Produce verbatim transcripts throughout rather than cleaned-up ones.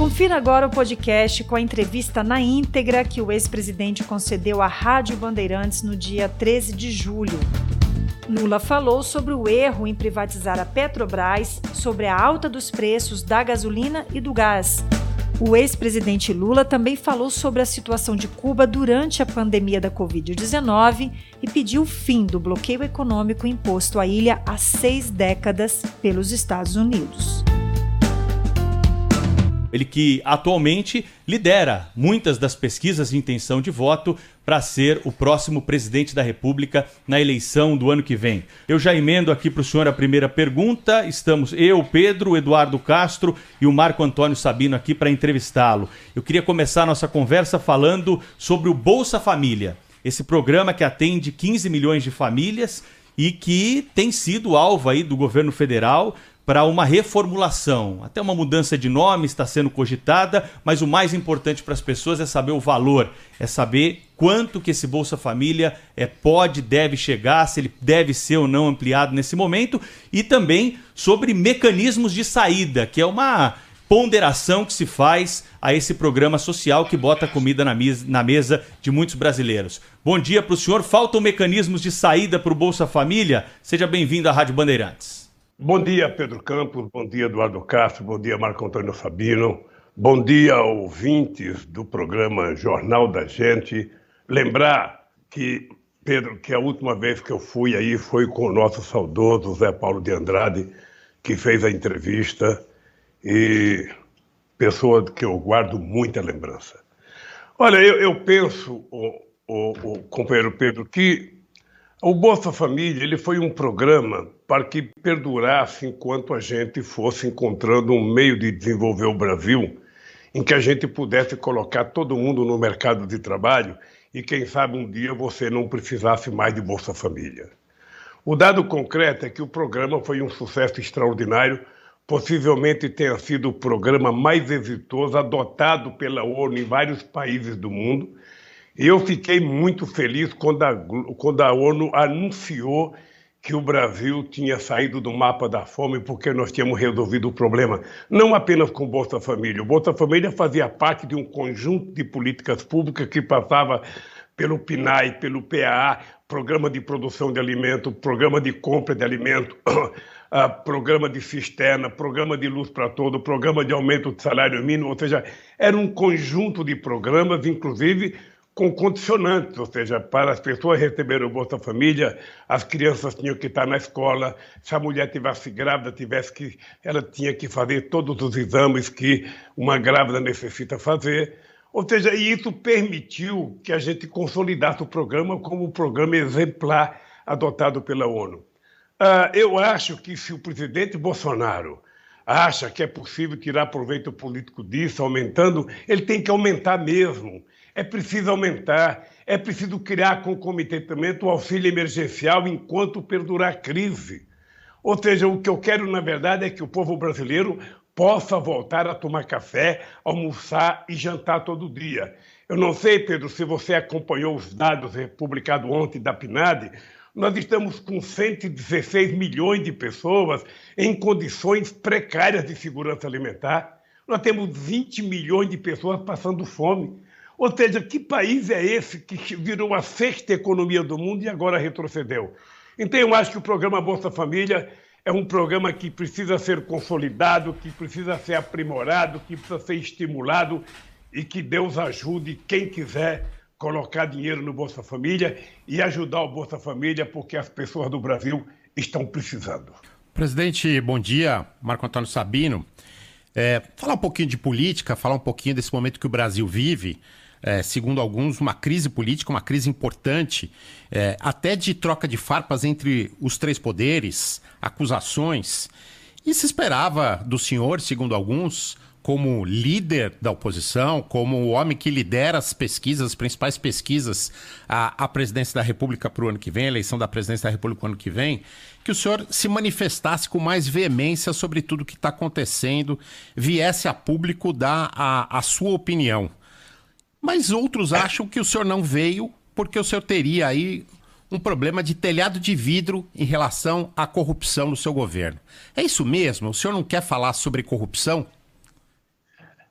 Confira agora o podcast com a entrevista na íntegra que o ex-presidente concedeu à Rádio Bandeirantes no dia treze de julho. Lula falou sobre o erro em privatizar a Petrobras, sobre a alta dos preços da gasolina e do gás. O ex-presidente Lula também falou sobre a situação de Cuba durante a pandemia da covid dezenove e pediu o fim do bloqueio econômico imposto à ilha há seis décadas pelos Estados Unidos. Ele que atualmente lidera muitas das pesquisas de intenção de voto para ser o próximo presidente da República na eleição do ano que vem. Eu já emendo aqui para o senhor a primeira pergunta. Estamos eu, Pedro, Eduardo Castro e o Marco Antônio Sabino aqui para entrevistá-lo. Eu queria começar a nossa conversa falando sobre o Bolsa Família, esse programa que atende quinze milhões de famílias e que tem sido alvo aí do governo federal para uma reformulação. Até uma mudança de nome está sendo cogitada, mas o mais importante para as pessoas é saber o valor, é saber quanto que esse Bolsa Família é, pode, deve chegar, se ele deve ser ou não ampliado nesse momento, e também sobre mecanismos de saída, que é uma ponderação que se faz a esse programa social que bota comida na mesa, na mesa de muitos brasileiros. Bom dia para o senhor. Faltam mecanismos de saída para o Bolsa Família? Seja bem-vindo à Rádio Bandeirantes. Bom dia, Pedro Campos, bom dia, Eduardo Castro, bom dia, Marco Antônio Sabino, bom dia, ouvintes do programa Jornal da Gente. Lembrar que, Pedro, que a última vez que eu fui aí foi com o nosso saudoso Zé Paulo de Andrade, que fez a entrevista, e pessoa que eu guardo muita lembrança. Olha, eu, eu penso, o, o, o companheiro Pedro, que o Bolsa Família ele foi um programa para que perdurasse enquanto a gente fosse encontrando um meio de desenvolver o Brasil em que a gente pudesse colocar todo mundo no mercado de trabalho e, quem sabe, um dia você não precisasse mais de Bolsa Família. O dado concreto é que o programa foi um sucesso extraordinário, possivelmente tenha sido o programa mais exitoso adotado pela ONU em vários países do mundo. E eu fiquei muito feliz quando a, quando a ONU anunciou que o Brasil tinha saído do mapa da fome porque nós tínhamos resolvido o problema, não apenas com o Bolsa Família. O Bolsa Família fazia parte de um conjunto de políticas públicas que passava pelo P N A E, pelo P A A, Programa de Produção de Alimento, Programa de Compra de Alimento, Programa de Cisterna, Programa de Luz para Todo, Programa de Aumento do Salário Mínimo, ou seja, era um conjunto de programas, inclusive com condicionantes, ou seja, para as pessoas receberem o Bolsa Família, as crianças tinham que estar na escola, se a mulher tivesse grávida, tivesse que, ela tinha que fazer todos os exames que uma grávida necessita fazer. Ou seja, e isso permitiu que a gente consolidasse o programa como um programa exemplar adotado pela ONU. Uh, eu acho que se o presidente Bolsonaro acha que é possível tirar proveito político disso, aumentando, ele tem que aumentar mesmo. É preciso aumentar, é preciso criar concomitantemente o auxílio emergencial enquanto perdurar a crise. Ou seja, o que eu quero, na verdade, é que o povo brasileiro possa voltar a tomar café, almoçar e jantar todo dia. Eu não sei, Pedro, se você acompanhou os dados publicados ontem da P N A D, nós estamos com cento e dezesseis milhões de pessoas em condições precárias de segurança alimentar. Nós temos vinte milhões de pessoas passando fome. Ou seja, que país é esse que virou a sexta economia do mundo e agora retrocedeu? Então, eu acho que o programa Bolsa Família é um programa que precisa ser consolidado, que precisa ser aprimorado, que precisa ser estimulado e que Deus ajude quem quiser colocar dinheiro no Bolsa Família e ajudar o Bolsa Família, porque as pessoas do Brasil estão precisando. Presidente, bom dia. Marco Antônio Sabino. É, falar um pouquinho de política, falar um pouquinho desse momento que o Brasil vive. É, segundo alguns, uma crise política, uma crise importante, é, até de troca de farpas entre os três poderes, acusações. E se esperava do senhor, segundo alguns, como líder da oposição, como o homem que lidera as pesquisas, as principais pesquisas à, à presidência da República para o ano que vem, a eleição da presidência da República para o ano que vem, que o senhor se manifestasse com mais veemência sobre tudo o que está acontecendo, viesse a público dar a, a sua opinião. Mas outros acham que o senhor não veio porque o senhor teria aí um problema de telhado de vidro em relação à corrupção no seu governo. É isso mesmo? O senhor não quer falar sobre corrupção?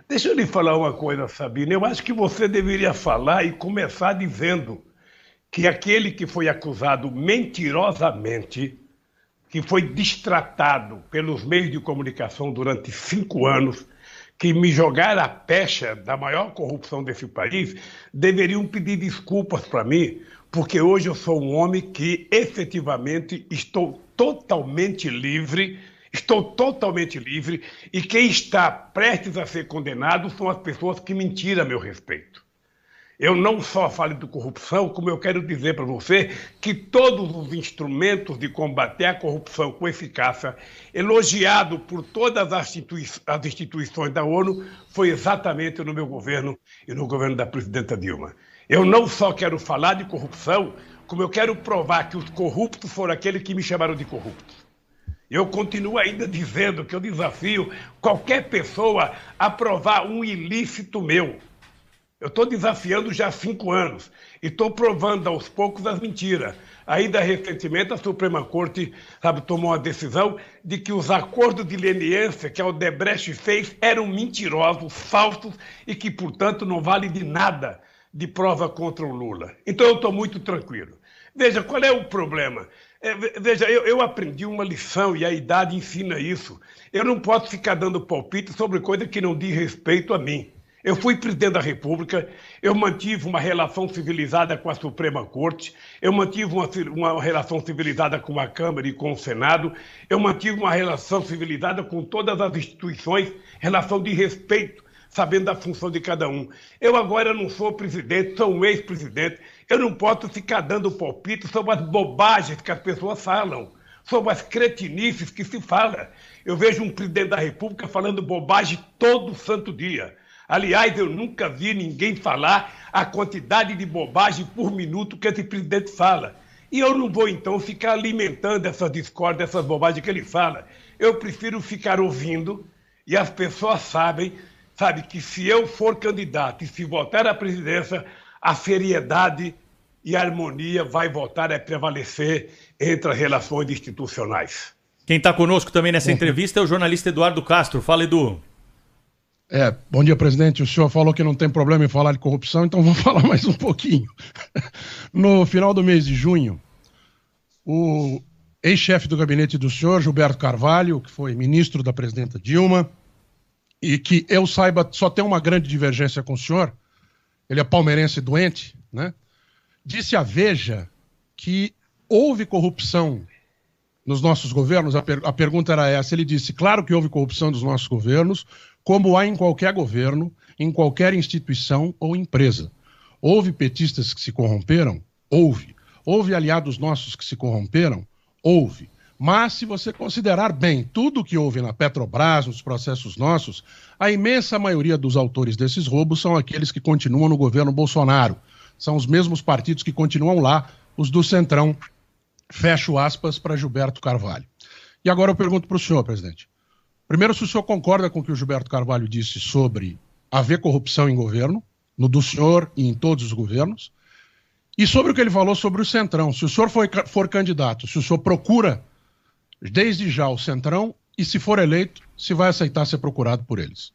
Deixa eu lhe falar uma coisa, Sabina. Eu acho que você deveria falar e começar dizendo que aquele que foi acusado mentirosamente, que foi destratado pelos meios de comunicação durante cinco anos, que me jogaram a pecha da maior corrupção desse país, deveriam pedir desculpas para mim, porque hoje eu sou um homem que efetivamente estou totalmente livre, estou totalmente livre, e quem está prestes a ser condenado são as pessoas que mentiram a meu respeito. Eu não só falo de corrupção, como eu quero dizer para você que todos os instrumentos de combater a corrupção com eficácia, elogiado por todas as, institui as instituições da ONU, foi exatamente no meu governo e no governo da presidenta Dilma. Eu não só quero falar de corrupção, como eu quero provar que os corruptos foram aqueles que me chamaram de corruptos. Eu continuo ainda dizendo que eu desafio qualquer pessoa a provar um ilícito meu. Eu estou desafiando já há cinco anos e estou provando aos poucos as mentiras. Ainda recentemente a Suprema Corte, sabe, tomou a decisão de que os acordos de leniência que a Odebrecht fez eram mentirosos, falsos e que, portanto, não vale de nada de prova contra o Lula. Então eu estou muito tranquilo. Veja, qual é o problema? É, veja, eu, eu aprendi uma lição e a idade ensina isso. Eu não posso ficar dando palpite sobre coisa que não diz respeito a mim. Eu fui presidente da República, eu mantive uma relação civilizada com a Suprema Corte, eu mantive uma, uma relação civilizada com a Câmara e com o Senado, eu mantive uma relação civilizada com todas as instituições, relação de respeito, sabendo da função de cada um. Eu agora não sou presidente, sou um ex-presidente, eu não posso ficar dando palpite sobre as bobagens que as pessoas falam, sobre as cretinices que se fala. Eu vejo um presidente da República falando bobagem todo santo dia. Aliás, eu nunca vi ninguém falar a quantidade de bobagem por minuto que esse presidente fala. E eu não vou, então, ficar alimentando essa discórdia, essas bobagens que ele fala. Eu prefiro ficar ouvindo, e as pessoas sabem, sabe, que se eu for candidato e se voltar à presidência, a seriedade e a harmonia vai voltar a prevalecer entre as relações institucionais. Quem está conosco também nessa entrevista é o jornalista Eduardo Castro. Fala, Edu. É, bom dia, presidente. O senhor falou que não tem problema em falar de corrupção, então vou falar mais um pouquinho. No final do mês de junho, o ex-chefe do gabinete do senhor, Gilberto Carvalho, que foi ministro da presidenta Dilma, e que eu saiba só tem uma grande divergência com o senhor, ele é palmeirense doente, né? Disse à Veja que houve corrupção nos nossos governos. A, per a pergunta era essa. Ele disse, claro que houve corrupção nos nossos governos, como há em qualquer governo, em qualquer instituição ou empresa. Houve petistas que se corromperam? Houve. Houve aliados nossos que se corromperam? Houve. Mas, se você considerar bem tudo o que houve na Petrobras, nos processos nossos, a imensa maioria dos autores desses roubos são aqueles que continuam no governo Bolsonaro. São os mesmos partidos que continuam lá, os do Centrão. Fecho aspas para Gilberto Carvalho. E agora eu pergunto para o senhor, presidente. Primeiro, se o senhor concorda com o que o Gilberto Carvalho disse sobre haver corrupção em governo, no do senhor e em todos os governos, e sobre o que ele falou sobre o Centrão. Se o senhor for, for candidato, se o senhor procura desde já o Centrão, e se for eleito, se vai aceitar ser procurado por eles.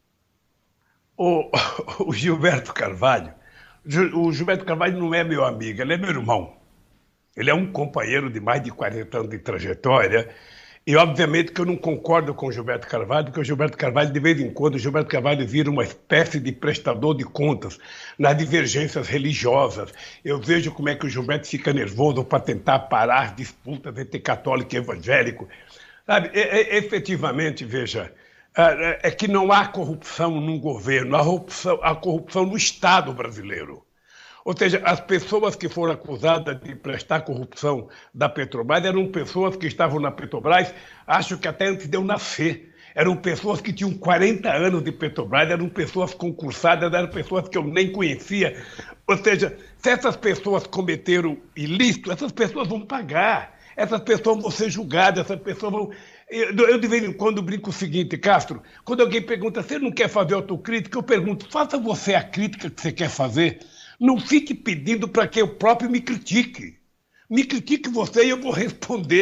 O, o Gilberto Carvalho, o Gilberto Carvalho não é meu amigo, ele é meu irmão. Ele é um companheiro de mais de quarenta anos de trajetória. E, obviamente, que eu não concordo com o Gilberto Carvalho, porque o Gilberto Carvalho, de vez em quando, o Gilberto Carvalho vira uma espécie de prestador de contas nas divergências religiosas. Eu vejo como é que o Gilberto fica nervoso para tentar parar as disputas entre católico e evangélico. Sabe, é, é, efetivamente, veja, é, é que não há corrupção num governo, há corrupção, há corrupção no Estado brasileiro. Ou seja, as pessoas que foram acusadas de prestar corrupção da Petrobras eram pessoas que estavam na Petrobras, acho que até antes de eu nascer. Eram pessoas que tinham quarenta anos de Petrobras, eram pessoas concursadas, eram pessoas que eu nem conhecia. Ou seja, se essas pessoas cometeram ilícito, essas pessoas vão pagar. Essas pessoas vão ser julgadas, essas pessoas vão... Eu, eu de vez em quando brinco o seguinte, Castro, quando alguém pergunta, você não quer fazer autocrítica? Eu pergunto, faça você a crítica que você quer fazer. Não fique pedindo para que eu próprio me critique. Me critique você e eu vou responder,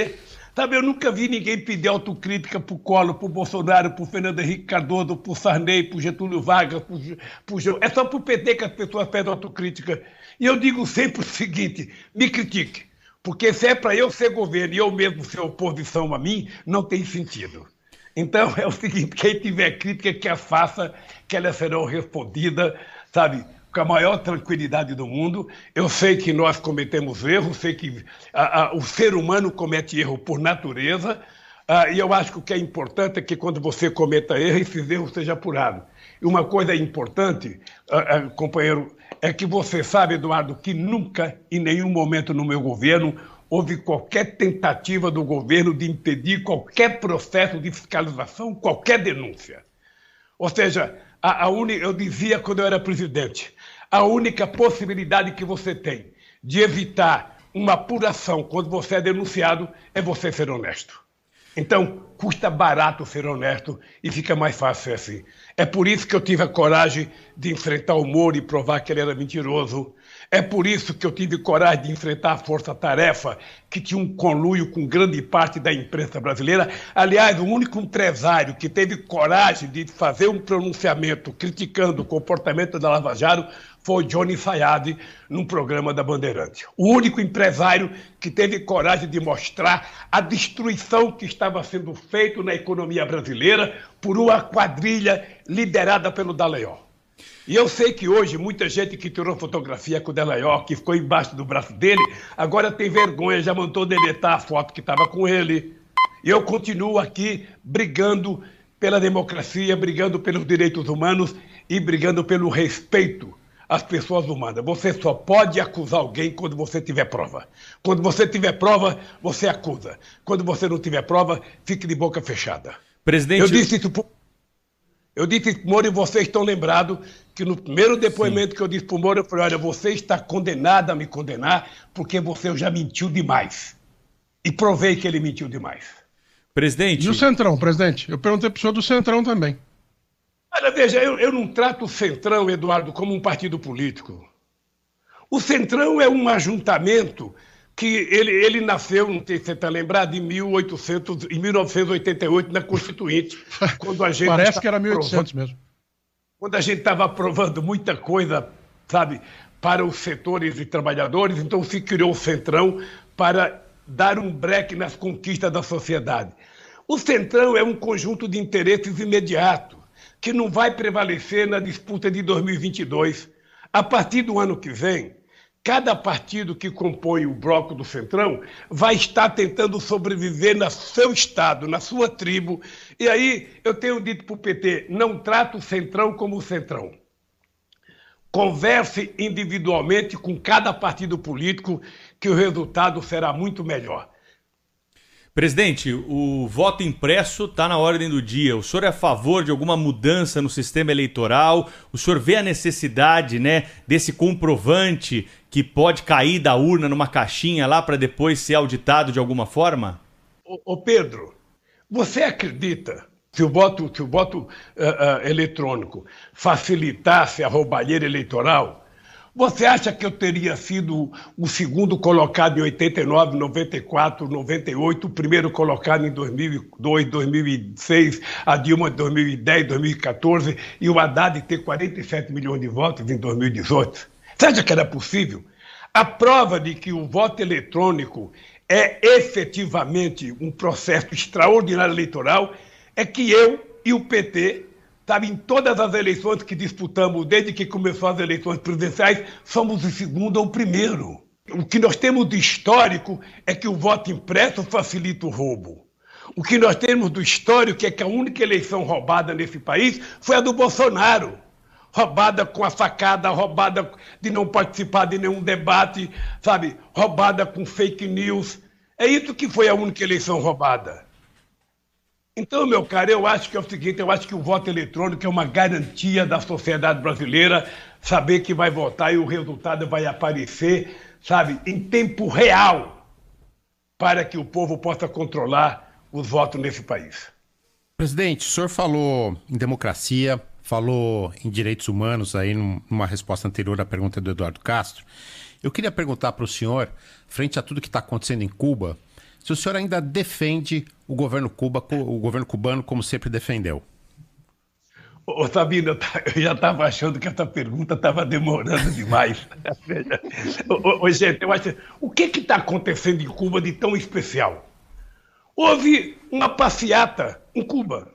Sabe, eu nunca vi ninguém pedir autocrítica pro Collor, pro Bolsonaro, pro Fernando Henrique Cardoso, pro Sarney, pro Getúlio Vargas, pro, pro... é só pro P T que as pessoas pedem autocrítica. E eu digo sempre o seguinte, me critique, porque se é para eu ser governo e eu mesmo ser oposição a mim, não tem sentido. Então é o seguinte, quem tiver crítica que as faça, que elas serão respondidas, sabe, com a maior tranquilidade do mundo. Eu sei que nós cometemos erros, sei que a, a, o ser humano comete erro por natureza, a, e eu acho que o que é importante é que quando você cometa erro, esses erros sejam apurados. E uma coisa importante, a, a, companheiro, é que você sabe, Eduardo, que nunca, em nenhum momento no meu governo, houve qualquer tentativa do governo de impedir qualquer processo de fiscalização, qualquer denúncia. Ou seja, a, a uni... eu dizia quando eu era presidente, a única possibilidade que você tem de evitar uma apuração quando você é denunciado é você ser honesto. Então, custa barato ser honesto e fica mais fácil ser assim. É por isso que eu tive a coragem de enfrentar o Moro e provar que ele era mentiroso. É por isso que eu tive coragem de enfrentar a Força Tarefa, que tinha um conluio com grande parte da imprensa brasileira. Aliás, o único empresário que teve coragem de fazer um pronunciamento criticando o comportamento da Lava Jato foi Johnny Sayad, num programa da Bandeirante. O único empresário que teve coragem de mostrar a destruição que estava sendo feita na economia brasileira por uma quadrilha liderada pelo Dallagnol. E eu sei que hoje muita gente que tirou fotografia com o Dallagnol, que ficou embaixo do braço dele, agora tem vergonha, já mandou deletar a foto que estava com ele. E eu continuo aqui brigando pela democracia, brigando pelos direitos humanos e brigando pelo respeito às pessoas humanas. Você só pode acusar alguém quando você tiver prova. Quando você tiver prova, você acusa. Quando você não tiver prova, fique de boca fechada. Presidente... Eu disse isso pro... Eu disse para o Moro, e vocês estão lembrados, que no primeiro depoimento Sim. que eu disse para o Moro, eu falei, olha, você está condenado a me condenar porque você já mentiu demais. E provei que ele mentiu demais. Presidente... E o Centrão, presidente? Eu perguntei para o senhor do Centrão também. Olha, veja, eu, eu não trato o Centrão, Eduardo, como um partido político. O Centrão é um ajuntamento que ele, ele nasceu, não sei se você está lembrado, em, mil e oitocentos, em mil novecentos e oitenta e oito, na Constituinte. Quando a gente Parece que era mil e oitocentos mesmo. Quando a gente estava aprovando muita coisa, sabe, para os setores de trabalhadores, então se criou o Centrão para dar um breque nas conquistas da sociedade. O Centrão é um conjunto de interesses imediatos, que não vai prevalecer na disputa de dois mil e vinte e dois. A partir do ano que vem, cada partido que compõe o bloco do Centrão vai estar tentando sobreviver no seu estado, na sua tribo. E aí eu tenho dito para o P T, não trata o Centrão como o Centrão. Converse individualmente com cada partido político que o resultado será muito melhor. Presidente, o voto impresso está na ordem do dia. O senhor é a favor de alguma mudança no sistema eleitoral? O senhor vê a necessidade, né, desse comprovante que pode cair da urna numa caixinha lá para depois ser auditado de alguma forma? Ô, ô Pedro, você acredita que o voto, que o voto uh, uh, eletrônico facilitasse a roubalheira eleitoral? Você acha que eu teria sido o segundo colocado em oitenta e nove, noventa e quatro, noventa e oito, o primeiro colocado em dois mil e dois, dois mil e seis, a Dilma em dois mil e dez, dois mil e quatorze e o Haddad ter quarenta e sete milhões de votos em dois mil e dezoito? Você acha que era possível? A prova de que o voto eletrônico é efetivamente um processo extraordinário eleitoral é que eu e o P T, sabe, em todas as eleições que disputamos, desde que começou as eleições presidenciais, somos o segundo ou o primeiro. O que nós temos de histórico é que o voto impresso facilita o roubo. O que nós temos do histórico é que a única eleição roubada nesse país foi a do Bolsonaro. Roubada com a facada, roubada de não participar de nenhum debate, sabe, roubada com fake news. É isso que foi a única eleição roubada. Então, meu caro, eu acho que é o seguinte, eu acho que o voto eletrônico é uma garantia da sociedade brasileira saber que vai votar e o resultado vai aparecer, sabe, em tempo real, para que o povo possa controlar os votos nesse país. Presidente, o senhor falou em democracia, falou em direitos humanos aí numa resposta anterior à pergunta do Eduardo Castro. Eu queria perguntar para o senhor, frente a tudo que está acontecendo em Cuba, se o senhor ainda defende o governo Cuba, o governo cubano, como sempre defendeu. Ô, Sabino, eu já estava achando que essa pergunta estava demorando demais. ô, ô, gente, eu acho... O que está acontecendo em Cuba de tão especial? Houve uma passeata em Cuba.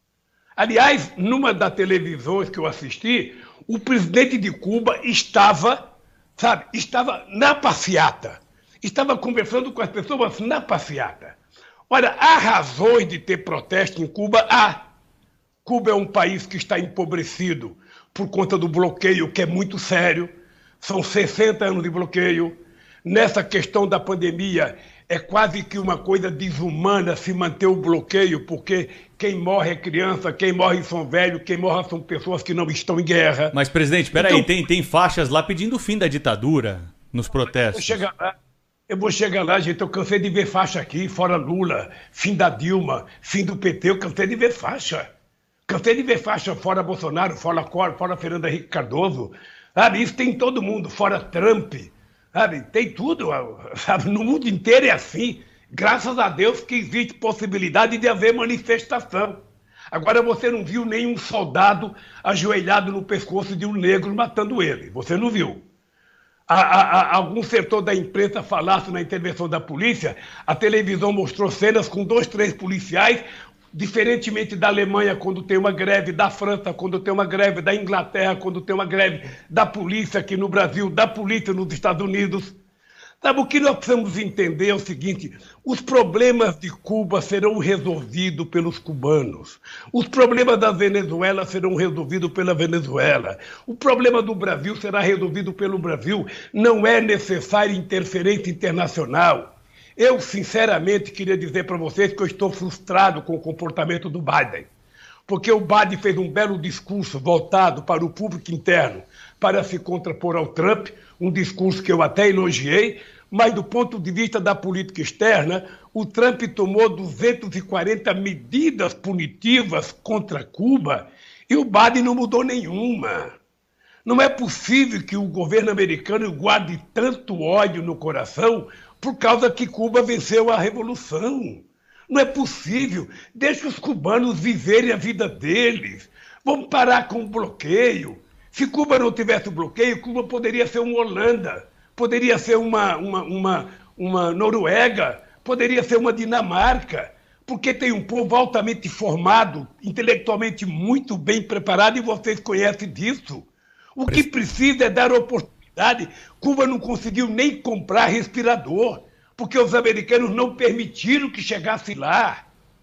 Aliás, numa das televisões que eu assisti, o presidente de Cuba estava, sabe, estava na passeata. Estava conversando com as pessoas na passeata. Olha, há razões de ter protesto em Cuba? Há. Cuba é um país que está empobrecido por conta do bloqueio, que é muito sério. São sessenta anos de bloqueio. Nessa questão da pandemia, é quase que uma coisa desumana se manter o bloqueio, porque quem morre é criança, quem morre são velhos, quem morre são pessoas que não estão em guerra. Mas, presidente, peraí, então, tem, tem faixas lá pedindo o fim da ditadura nos protestos. Eu vou chegar lá, eu vou chegar lá, gente, eu cansei de ver faixa aqui, fora Lula, fim da Dilma, fim do P T, eu cansei de ver faixa. Cansei de ver faixa fora Bolsonaro, fora Cor, fora Fernando Henrique Cardoso, sabe? Isso tem em todo mundo, fora Trump, sabe? Tem tudo, sabe? No mundo inteiro é assim. Graças a Deus que existe possibilidade de haver manifestação. Agora você não viu nenhum soldado ajoelhado no pescoço de um negro matando ele. Você não viu. A, a, a, algum setor da imprensa falasse na intervenção da polícia, a televisão mostrou cenas com dois, três policiais. Diferentemente da Alemanha, quando tem uma greve, da França, quando tem uma greve, da Inglaterra, quando tem uma greve da polícia aqui no Brasil, da polícia nos Estados Unidos. Sabe, o que nós precisamos entender é o seguinte: os problemas de Cuba serão resolvidos pelos cubanos. Os problemas da Venezuela serão resolvidos pela Venezuela. O problema do Brasil será resolvido pelo Brasil. Não é necessária interferência internacional. Eu, sinceramente, queria dizer para vocês que eu estou frustrado com o comportamento do Biden. Porque o Biden fez um belo discurso voltado para o público interno, para se contrapor ao Trump, um discurso que eu até elogiei, mas do ponto de vista da política externa, o Trump tomou duzentas e quarenta medidas punitivas contra Cuba e o Biden não mudou nenhuma. Não é possível que o governo americano guarde tanto ódio no coração por causa que Cuba venceu a revolução. Não é possível. Deixa os cubanos viverem a vida deles. Vamos parar com o bloqueio. Se Cuba não tivesse o bloqueio, Cuba poderia ser uma Holanda, poderia ser uma, uma, uma, uma Noruega, poderia ser uma Dinamarca, porque tem um povo altamente formado, intelectualmente muito bem preparado, e vocês conhecem disso. O que precisa é dar oportunidade. Cuba não conseguiu nem comprar respirador, porque os americanos não permitiram que chegasse lá.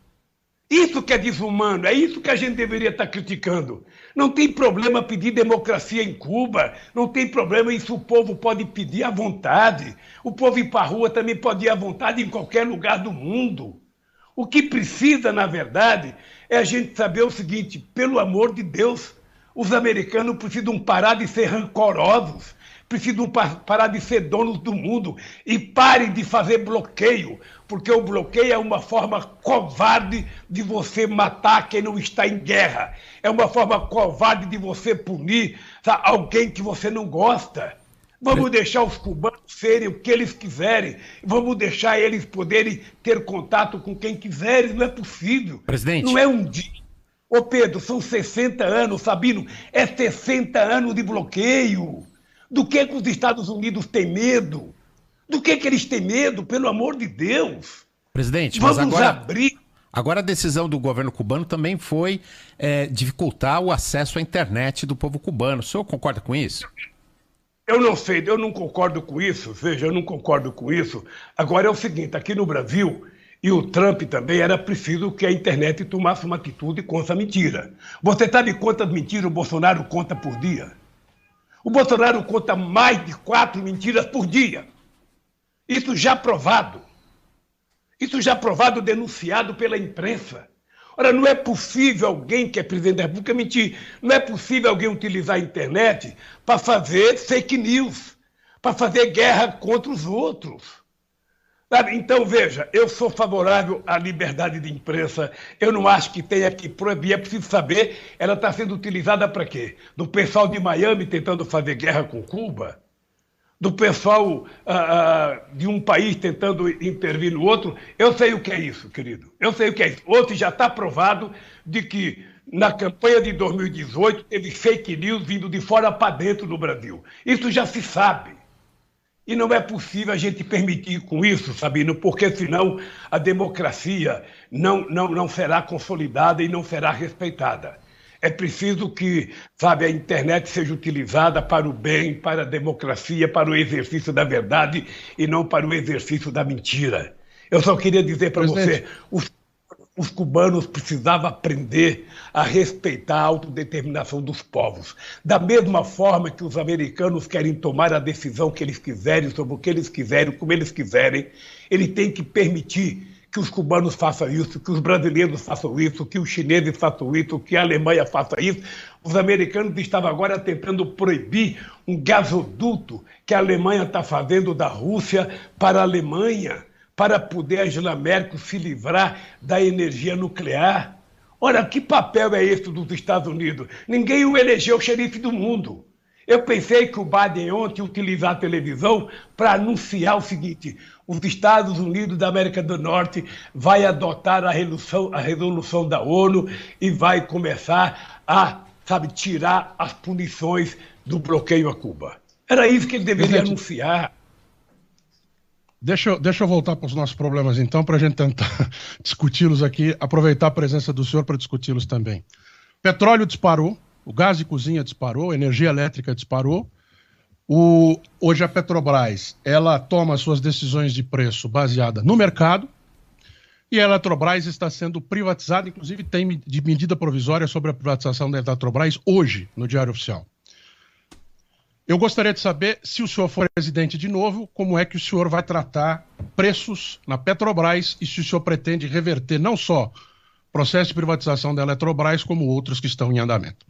Isso que é desumano, é isso que a gente deveria estar criticando. Não tem problema pedir democracia em Cuba, não tem problema, isso o povo pode pedir à vontade. O povo ir para a rua também pode ir à vontade em qualquer lugar do mundo. O que precisa, na verdade, é a gente saber o seguinte: pelo amor de Deus, os americanos precisam parar de ser rancorosos, precisam parar de ser donos do mundo e parem de fazer bloqueio, porque o bloqueio é uma forma covarde de você matar quem não está em guerra. É uma forma covarde de você punir, sabe, alguém que você não gosta. Vamos deixar os cubanos serem o que eles quiserem. Vamos deixar eles poderem ter contato com quem quiserem. Não é possível. Presidente. Não é um dia. Ô Pedro, são sessenta anos, Sabino, é sessenta anos de bloqueio. Do que, que os Estados Unidos têm medo? Do que, que eles têm medo, pelo amor de Deus? Presidente, mas Vamos agora, abrir... agora a decisão do governo cubano também foi é, dificultar o acesso à internet do povo cubano. O senhor concorda com isso? Eu não sei, eu não concordo com isso, veja, eu não concordo com isso. Agora é o seguinte, aqui no Brasil, e o Trump também, era preciso que a internet tomasse uma atitude contra a mentira. Você sabe quantas mentiras o Bolsonaro conta por dia? O Bolsonaro conta mais de quatro mentiras por dia. Isso já provado. Isso já provado, denunciado pela imprensa. Ora, não é possível alguém que é presidente da República mentir. Não é possível alguém utilizar a internet para fazer fake news, para fazer guerra contra os outros. Sabe? Então, veja, eu sou favorável à liberdade de imprensa. Eu não acho que tenha que proibir. É preciso saber, ela está sendo utilizada para quê? Do pessoal de Miami tentando fazer guerra com Cuba? do pessoal ah, ah, de um país tentando intervir no outro. Eu sei o que é isso, querido. Eu sei o que é isso. Outro já está provado de que na campanha de dois mil e dezoito teve fake news vindo de fora para dentro do Brasil. Isso já se sabe. E não é possível a gente permitir com isso, Sabino, porque senão a democracia não, não, não será consolidada e não será respeitada. É preciso que, sabe, a internet seja utilizada para o bem, para a democracia, para o exercício da verdade e não para o exercício da mentira. Eu só queria dizer para você, os, os cubanos precisavam aprender a respeitar a autodeterminação dos povos. Da mesma forma que os americanos querem tomar a decisão que eles quiserem, sobre o que eles quiserem, como eles quiserem, ele tem que permitir que os cubanos façam isso, que os brasileiros façam isso, que os chineses façam isso, que a Alemanha faça isso. Os americanos estavam agora tentando proibir um gasoduto que a Alemanha está fazendo da Rússia para a Alemanha, para poder a Angela Merkel se livrar da energia nuclear. Ora, que papel é esse dos Estados Unidos? Ninguém o elegeu xerife do mundo. Eu pensei que o Biden ontem ia utilizar a televisão para anunciar o seguinte: os Estados Unidos da América do Norte vai adotar a resolução, a resolução da ONU e vai começar a, sabe, tirar as punições do bloqueio a Cuba. Era isso que ele deveria Gente, anunciar. Deixa eu, deixa eu voltar para os nossos problemas, então, para a gente tentar discuti-los aqui, aproveitar a presença do senhor para discuti-los também. Petróleo disparou. O gás de cozinha disparou, a energia elétrica disparou. O, hoje a Petrobras, ela toma suas decisões de preço baseada no mercado e a Eletrobras está sendo privatizada, inclusive tem de medida provisória sobre a privatização da Eletrobras hoje, no Diário Oficial. Eu gostaria de saber, se o senhor for presidente de novo, como é que o senhor vai tratar preços na Petrobras e se o senhor pretende reverter não só o processo de privatização da Eletrobras, como outros que estão em andamento.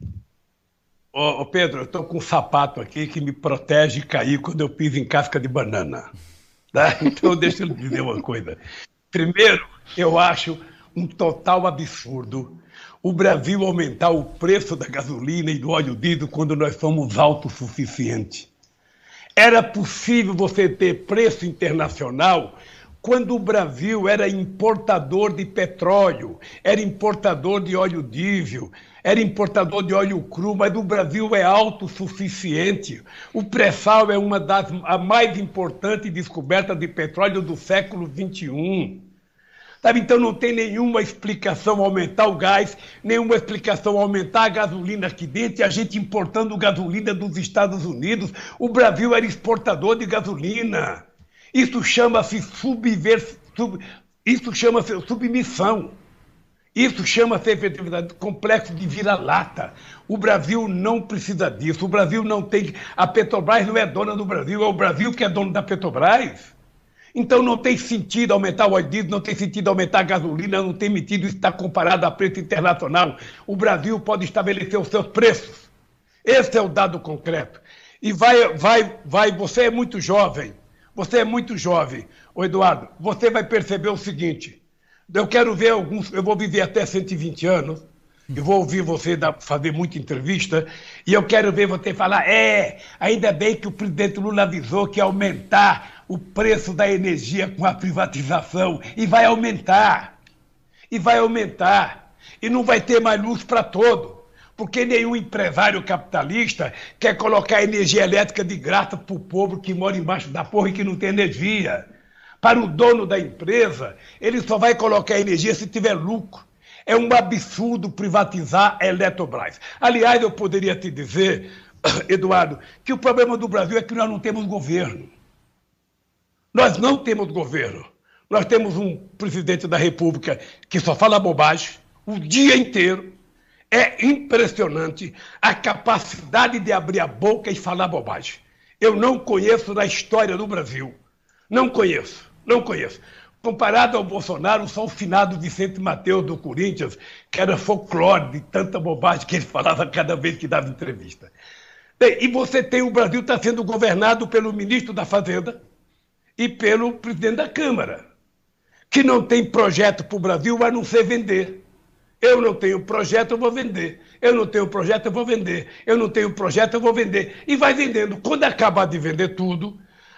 Ô, ô Pedro, eu estou com um sapato aqui que me protege de cair quando eu piso em casca de banana. Tá? Então deixa eu dizer uma coisa. Primeiro, eu acho um total absurdo o Brasil aumentar o preço da gasolina e do óleo diesel quando nós somos autossuficientes. Era possível você ter preço internacional quando o Brasil era importador de petróleo, era importador de óleo diesel, era importador de óleo cru, mas o Brasil é autossuficiente. O pré-sal é uma das a mais importantes descobertas de petróleo do século vinte e um. Sabe, então não tem nenhuma explicação aumentar o gás, nenhuma explicação aumentar a gasolina aqui dentro, e a gente importando gasolina dos Estados Unidos. O Brasil era exportador de gasolina. Isso chama-se subvers... sub... Isso chama-se submissão. Isso chama-se efetividade complexo de vira-lata. O Brasil não precisa disso. O Brasil não tem. A Petrobras não é dona do Brasil, é o Brasil que é dono da Petrobras. Então não tem sentido aumentar o óleo diesel, não tem sentido aumentar a gasolina, não tem sentido estar comparado a preço internacional. O Brasil pode estabelecer os seus preços. Esse é o dado concreto. E vai, vai, vai, você é muito jovem. Você é muito jovem, ô Eduardo, você vai perceber o seguinte, eu quero ver alguns, eu vou viver até cento e vinte anos, eu vou ouvir você dar, fazer muita entrevista, e eu quero ver você falar, é, ainda bem que o presidente Lula avisou que ia aumentar o preço da energia com a privatização, e vai aumentar, e vai aumentar, e não vai ter mais luz para todo. Porque nenhum empresário capitalista quer colocar energia elétrica de graça para o povo que mora embaixo da porra e que não tem energia. Para o dono da empresa, ele só vai colocar energia se tiver lucro. É um absurdo privatizar a Eletrobras. Aliás, eu poderia te dizer, Eduardo, que o problema do Brasil é que nós não temos governo. Nós não temos governo. Nós temos um presidente da República que só fala bobagem o dia inteiro. É impressionante a capacidade de abrir a boca e falar bobagem. Eu não conheço na história do Brasil. Não conheço, não conheço. Comparado ao Bolsonaro, só o finado Vicente Mateus do Corinthians, que era folclore de tanta bobagem que ele falava cada vez que dava entrevista. E você tem o Brasil está sendo governado pelo ministro da Fazenda e pelo presidente da Câmara, que não tem projeto para o Brasil a não ser vender. Eu não tenho projeto, eu vou vender. Eu não tenho projeto, eu vou vender. Eu não tenho projeto, eu vou vender. E vai vendendo. Quando acabar de vender tudo,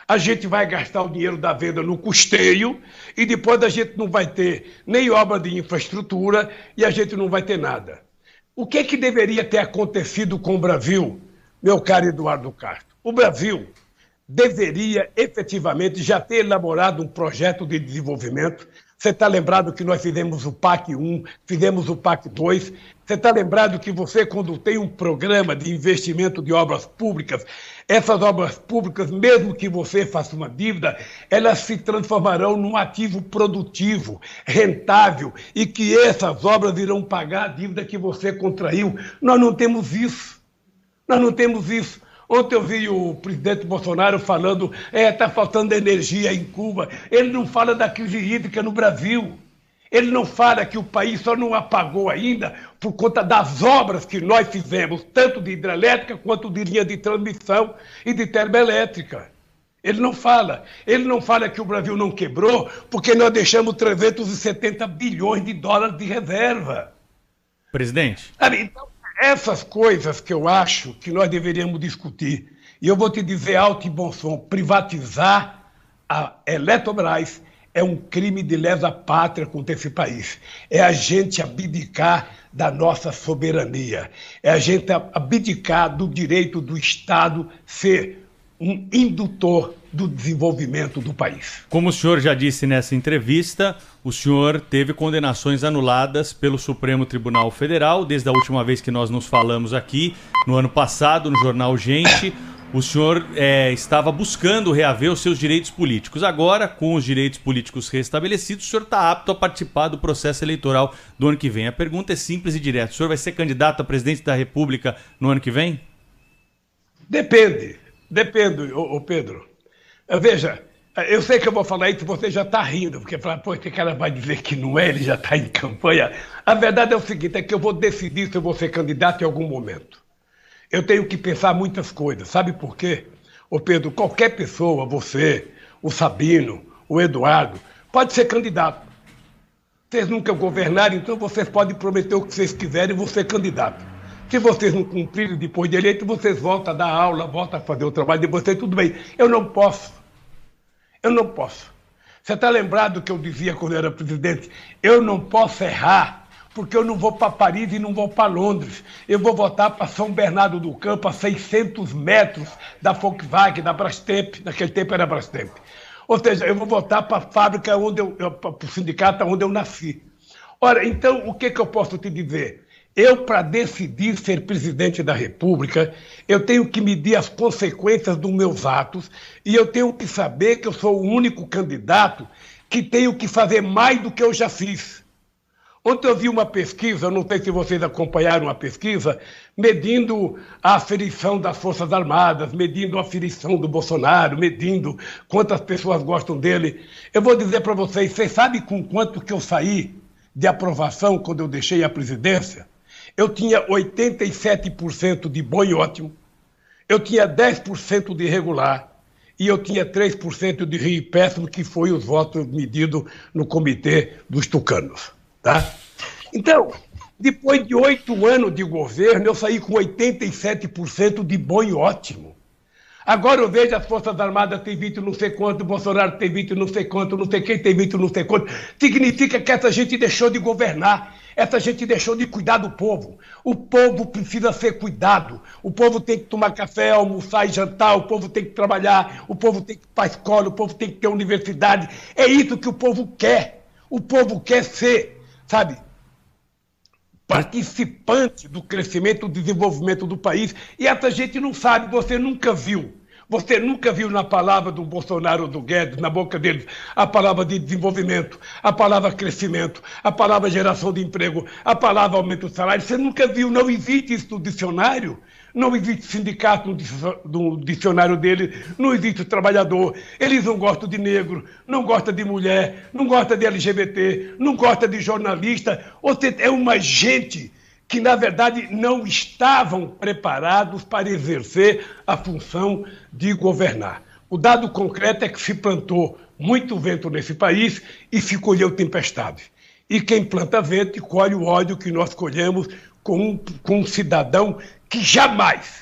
A gente vai gastar o dinheiro da venda no custeio e depois a gente não vai ter nem obra de infraestrutura e a gente não vai ter nada. O que, que deveria ter acontecido com o Brasil, meu caro Eduardo Castro? O Brasil deveria efetivamente já ter elaborado um projeto de desenvolvimento. Você está lembrado que nós fizemos o P A C um, fizemos o P A C dois. Você está lembrado que você, quando tem um programa de investimento de obras públicas, essas obras públicas, mesmo que você faça uma dívida, elas se transformarão num ativo produtivo, rentável, e que essas obras irão pagar a dívida que você contraiu. Nós não temos isso. Nós não temos isso. Ontem eu vi o presidente Bolsonaro falando que é, está faltando energia em Cuba. Ele não fala da crise hídrica no Brasil. Ele não fala que o país só não apagou ainda por conta das obras que nós fizemos, tanto de hidrelétrica quanto de linha de transmissão e de termoelétrica. Ele não fala. Ele não fala que o Brasil não quebrou porque nós deixamos trezentos e setenta bilhões de dólares de reserva. Presidente. Sabe, então, essas coisas que eu acho que nós deveríamos discutir. E eu vou te dizer alto e bom som, privatizar a Eletrobras é um crime de lesa pátria contra esse país. É a gente abdicar da nossa soberania. É a gente abdicar do direito do Estado ser um indutor do desenvolvimento do país. Como o senhor já disse nessa entrevista, o senhor teve condenações anuladas pelo Supremo Tribunal Federal, desde a última vez que nós nos falamos aqui, no ano passado, no jornal Gente. O senhor é, estava buscando reaver os seus direitos políticos. Agora, com os direitos políticos restabelecidos, o senhor está apto a participar do processo eleitoral do ano que vem. A pergunta é simples e direta. O senhor vai ser candidato a presidente da República no ano que vem? Depende. Depende, ô, ô Pedro. Veja, eu sei que eu vou falar isso, você já está rindo, porque fala, pô, esse cara vai dizer que não é, ele já está em campanha. A verdade é o seguinte, é que eu vou decidir se eu vou ser candidato em algum momento. Eu tenho que pensar muitas coisas, sabe por quê? Ô Pedro, qualquer pessoa, você, o Sabino, o Eduardo, pode ser candidato. Vocês nunca governaram, então vocês podem prometer o que vocês quiserem e vou ser candidato. Se vocês não cumprirem depois de eleito, vocês voltam a dar aula, voltam a fazer o trabalho de vocês, tudo bem. Eu não posso. Eu não posso. Você está lembrado que eu dizia quando eu era presidente? Eu não posso errar, porque eu não vou para Paris e não vou para Londres. Eu vou voltar para São Bernardo do Campo, a seiscentos metros da Volkswagen, da Brastemp. Naquele tempo era Brastemp. Ou seja, eu vou voltar para a fábrica, onde eu, para o sindicato onde eu nasci. Ora, então, o que, que eu posso te dizer? Eu, para decidir ser presidente da República, eu tenho que medir as consequências dos meus atos e eu tenho que saber que eu sou o único candidato que tenho que fazer mais do que eu já fiz. Ontem eu vi uma pesquisa, não sei se vocês acompanharam a pesquisa, medindo a aferição das Forças Armadas, medindo a aferição do Bolsonaro, medindo quantas pessoas gostam dele. Eu vou dizer para vocês, vocês sabem com quanto que eu saí de aprovação quando eu deixei a presidência? Eu tinha oitenta e sete por cento de bom e ótimo, eu tinha dez por cento de irregular e eu tinha três por cento de ruim e péssimo, que foi os votos medidos no comitê dos tucanos. Tá? Então, depois de oito anos de governo, eu saí com oitenta e sete por cento de bom e ótimo. Agora eu vejo as Forças Armadas tem vinte não sei quanto, o Bolsonaro tem vinte não sei quanto, não sei quem tem vinte não sei quanto. Significa que essa gente deixou de governar, essa gente deixou de cuidar do povo. O povo precisa ser cuidado, o povo tem que tomar café, almoçar e jantar, o povo tem que trabalhar, o povo tem que ir para a escola, o povo tem que ter universidade. É isso que o povo quer. O povo quer ser, sabe, participante do crescimento e desenvolvimento do país. E essa gente não sabe, você nunca viu. Você nunca viu na palavra do Bolsonaro ou do Guedes, na boca deles, a palavra de desenvolvimento, a palavra crescimento, a palavra geração de emprego, a palavra aumento do salário. Você nunca viu, não existe isso no dicionário. Não existe sindicato no dicionário dele, não existe trabalhador. Eles não gostam de negro, não gostam de mulher, não gostam de L G B T, não gostam de jornalista. Ou seja, é uma gente que, na verdade, não estavam preparados para exercer a função de governar. O dado concreto é que se plantou muito vento nesse país e se colheu tempestade. E quem planta vento colhe o ódio que nós colhemos com um, com um cidadão que jamais,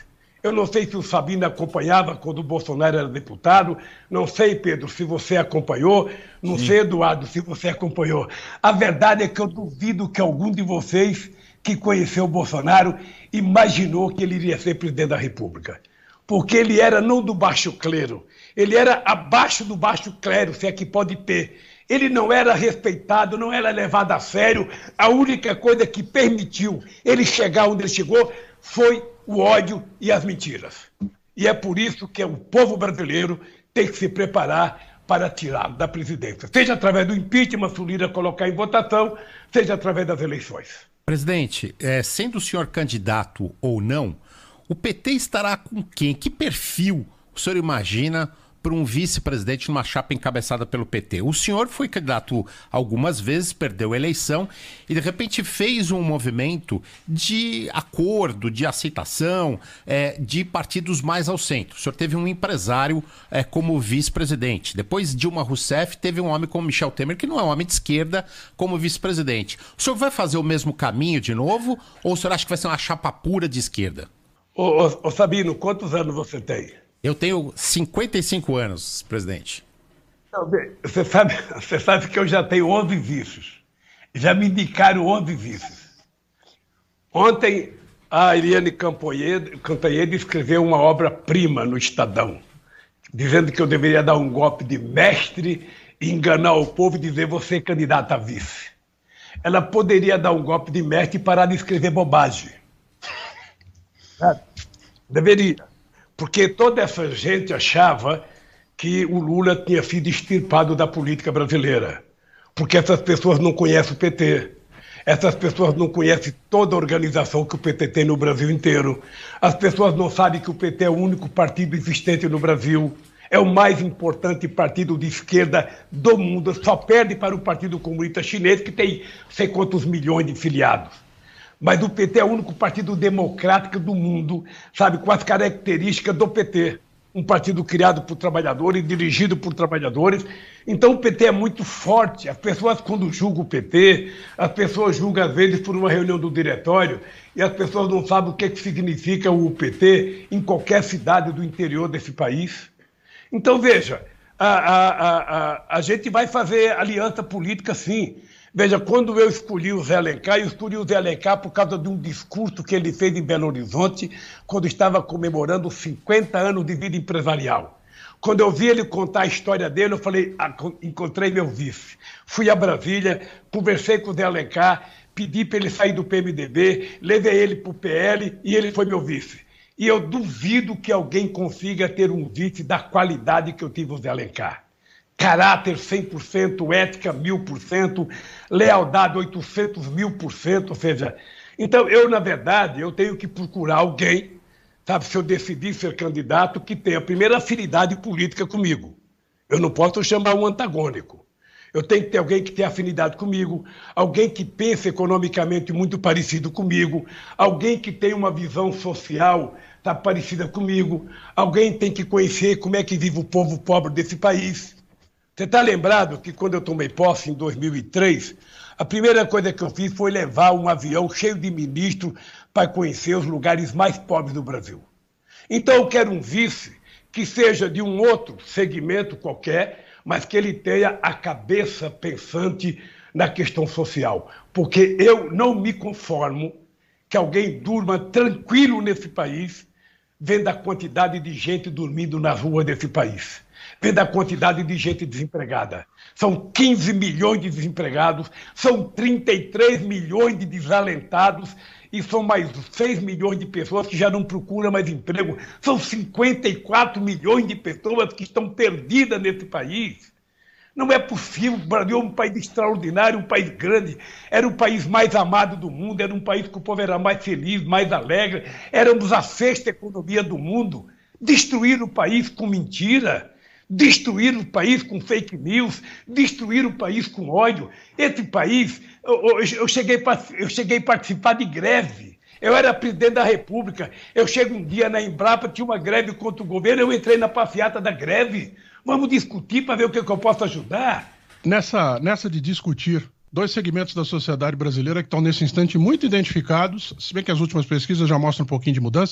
Eu não sei se o Sabino acompanhava quando o Bolsonaro era deputado. Não sei, Pedro, se você acompanhou. Não Sim. sei, Eduardo, se você acompanhou. A verdade é que eu duvido que algum de vocês que conheceu o Bolsonaro imaginou que ele iria ser presidente da República. Porque ele era não do baixo clero, ele era abaixo do baixo clero, se é que pode ter. Ele não era respeitado, não era levado a sério. A única coisa que permitiu ele chegar onde ele chegou foi o ódio e as mentiras. E é por isso que o povo brasileiro tem que se preparar para tirá-lo da presidência. Seja através do impeachment, se o Lira colocar em votação, seja através das eleições. Presidente, é, sendo o senhor candidato ou não, o P T estará com quem? Que perfil o senhor imagina para um vice-presidente numa chapa encabeçada pelo P T? O senhor foi candidato algumas vezes, perdeu a eleição e de repente fez um movimento de acordo, de aceitação, é, de partidos mais ao centro. O senhor teve um empresário é, como vice-presidente. Depois Dilma Rousseff teve um homem como Michel Temer, que não é um homem de esquerda, como vice-presidente. O senhor vai fazer o mesmo caminho de novo ou o senhor acha que vai ser uma chapa pura de esquerda? Ô, ô, ô Sabino, quantos anos você tem? Eu tenho cinquenta e cinco anos, presidente. Não, bem, você, sabe, você sabe que eu já tenho onze vices. Já me indicaram onze vices. Ontem, a Eliane Cantanhede escreveu uma obra-prima no Estadão, dizendo que eu deveria dar um golpe de mestre e enganar o povo e dizer você é candidata a vice. Ela poderia dar um golpe de mestre e parar de escrever bobagem. Deveria. Porque toda essa gente achava que o Lula tinha sido extirpado da política brasileira. Porque essas pessoas não conhecem o P T. Essas pessoas não conhecem toda a organização que o P T tem no Brasil inteiro. As pessoas não sabem que o P T é o único partido existente no Brasil. É o mais importante partido de esquerda do mundo. Só perde para o Partido Comunista Chinês, que tem sei quantos milhões de filiados. Mas o P T é o único partido democrático do mundo, sabe, com as características do P T. Um partido criado por trabalhadores, dirigido por trabalhadores. Então o P T é muito forte. As pessoas, quando julgam o P T, as pessoas julgam, às vezes, por uma reunião do diretório, e as pessoas não sabem o que, que significa o P T em qualquer cidade do interior desse país. Então, veja, a, a, a, a, a gente vai fazer aliança política, sim. Veja, quando eu escolhi o Zé Alencar, eu escolhi o Zé Alencar por causa de um discurso que ele fez em Belo Horizonte, quando estava comemorando cinquenta anos de vida empresarial. Quando eu vi ele contar a história dele, eu falei, ah, encontrei meu vice. Fui a Brasília, conversei com o Zé Alencar, pedi para ele sair do P M D B, levei ele para o P L e ele foi meu vice. E eu duvido que alguém consiga ter um vice da qualidade que eu tive o Zé Alencar. Caráter cem por cento, ética mil por cento, lealdade oitocentos mil por cento, ou seja... Então, eu, na verdade, eu tenho que procurar alguém, sabe, se eu decidir ser candidato, que tenha a primeira afinidade política comigo. Eu não posso chamar um antagônico. Eu tenho que ter alguém que tenha afinidade comigo, alguém que pense economicamente muito parecido comigo, alguém que tenha uma visão social, tá, parecida comigo, alguém tem que conhecer como é que vive o povo pobre desse país. Você está lembrado que quando eu tomei posse em dois mil e três, a primeira coisa que eu fiz foi levar um avião cheio de ministros para conhecer os lugares mais pobres do Brasil. Então eu quero um vice que seja de um outro segmento qualquer, mas que ele tenha a cabeça pensante na questão social. Porque eu não me conformo que alguém durma tranquilo nesse país, vendo a quantidade de gente dormindo na rua desse país. Vendo a quantidade de gente desempregada. São quinze milhões de desempregados, são trinta e três milhões de desalentados e são mais seis milhões de pessoas que já não procuram mais emprego. São cinquenta e quatro milhões de pessoas que estão perdidas nesse país. Não é possível. O Brasil é um país extraordinário, um país grande. Era o país mais amado do mundo, era um país que o povo era mais feliz, mais alegre. Éramos a sexta economia do mundo. Destruir o país com mentira. Destruir o país com fake news, destruir o país com ódio. Esse país, eu, eu, cheguei, eu cheguei a participar de greve. Eu era presidente da República. Eu chego um dia na Embrapa, tinha uma greve contra o governo, eu entrei na passeata da greve. Vamos discutir para ver o que, que eu posso ajudar. Nessa, nessa de discutir, dois segmentos da sociedade brasileira que estão nesse instante muito identificados, se bem que as últimas pesquisas já mostram um pouquinho de mudança,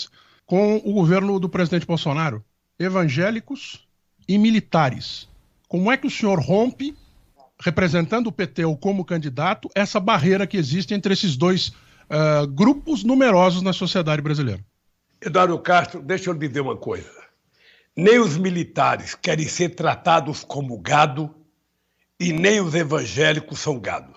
com o governo do presidente Bolsonaro, evangélicos e militares. Como é que o senhor rompe, representando o P T ou como candidato, essa barreira que existe entre esses dois uh, grupos numerosos na sociedade brasileira? Eduardo Castro, deixa eu lhe dizer uma coisa. Nem os militares querem ser tratados como gado e nem os evangélicos são gados.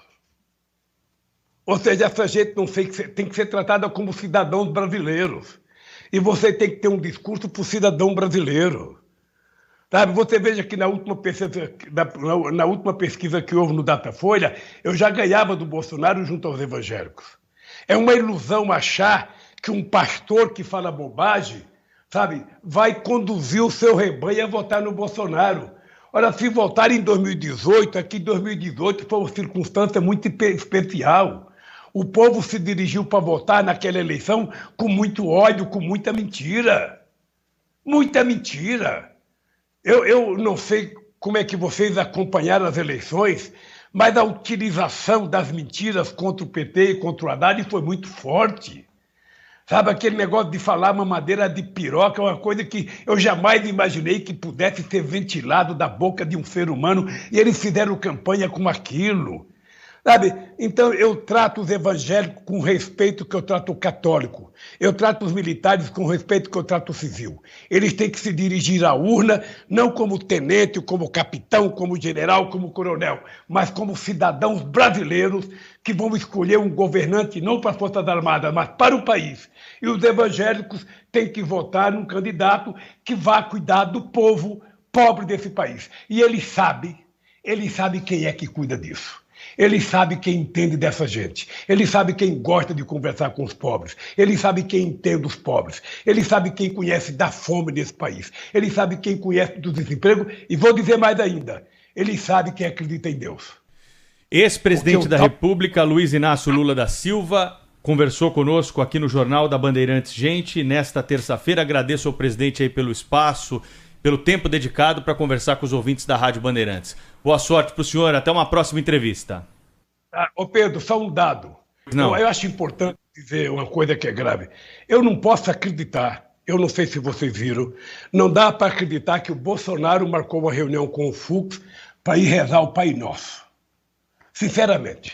Ou seja, essa gente não tem que ser, tem que ser tratada como cidadãos brasileiros. E você tem que ter um discurso para o cidadão brasileiro. Sabe, você veja que na última, pesquisa, na, na última pesquisa que houve no Datafolha, eu já ganhava do Bolsonaro junto aos evangélicos. É uma ilusão achar que um pastor que fala bobagem, sabe, vai conduzir o seu rebanho a votar no Bolsonaro. Ora, se votar em dois mil e dezoito, aqui em dois mil e dezoito foi uma circunstância muito especial. O povo se dirigiu para votar naquela eleição com muito ódio, com muita mentira. Muita mentira. Eu, eu não sei como é que vocês acompanharam as eleições, mas a utilização das mentiras contra o P T e contra o Haddad foi muito forte. Sabe, aquele negócio de falar mamadeira de piroca é uma coisa que eu jamais imaginei que pudesse ser ventilado da boca de um ser humano, e eles fizeram campanha com aquilo. Sabe? Então, eu trato os evangélicos com o respeito que eu trato o católico. Eu trato os militares com o respeito que eu trato o civil. Eles têm que se dirigir à urna, não como tenente, como capitão, como general, como coronel, mas como cidadãos brasileiros que vão escolher um governante não para as Forças Armadas, mas para o país. E os evangélicos têm que votar num candidato que vá cuidar do povo pobre desse país. E ele sabe, ele sabe quem é que cuida disso. Ele sabe quem entende dessa gente. Ele sabe quem gosta de conversar com os pobres. Ele sabe quem entende os pobres. Ele sabe quem conhece da fome nesse país. Ele sabe quem conhece do desemprego. E vou dizer mais ainda, ele sabe quem acredita em Deus. Ex-presidente da República, Luiz Inácio Lula da Silva, conversou conosco aqui no Jornal da Bandeirantes Gente nesta terça-feira. Agradeço ao presidente aí pelo espaço, pelo tempo dedicado para conversar com os ouvintes da Rádio Bandeirantes. Boa sorte para o senhor, até uma próxima entrevista. Ah, ô Pedro, só um dado. Não. Eu, eu acho importante dizer uma coisa que é grave. Eu não posso acreditar, eu não sei se vocês viram, não dá para acreditar que o Bolsonaro marcou uma reunião com o Fux para ir rezar o Pai Nosso. Sinceramente,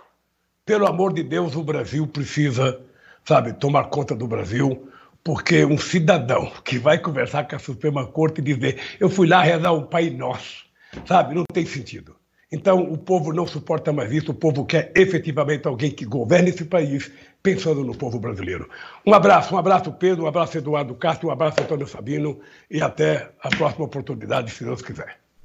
pelo amor de Deus, o Brasil precisa, sabe, tomar conta do Brasil, porque um cidadão que vai conversar com a Suprema Corte e dizer eu fui lá rezar o Pai Nosso, sabe, não tem sentido. Então, o povo não suporta mais isso, o povo quer efetivamente alguém que governe esse país, pensando no povo brasileiro. Um abraço, um abraço Pedro, um abraço Eduardo Castro, um abraço Antônio Sabino e até a próxima oportunidade, se Deus quiser.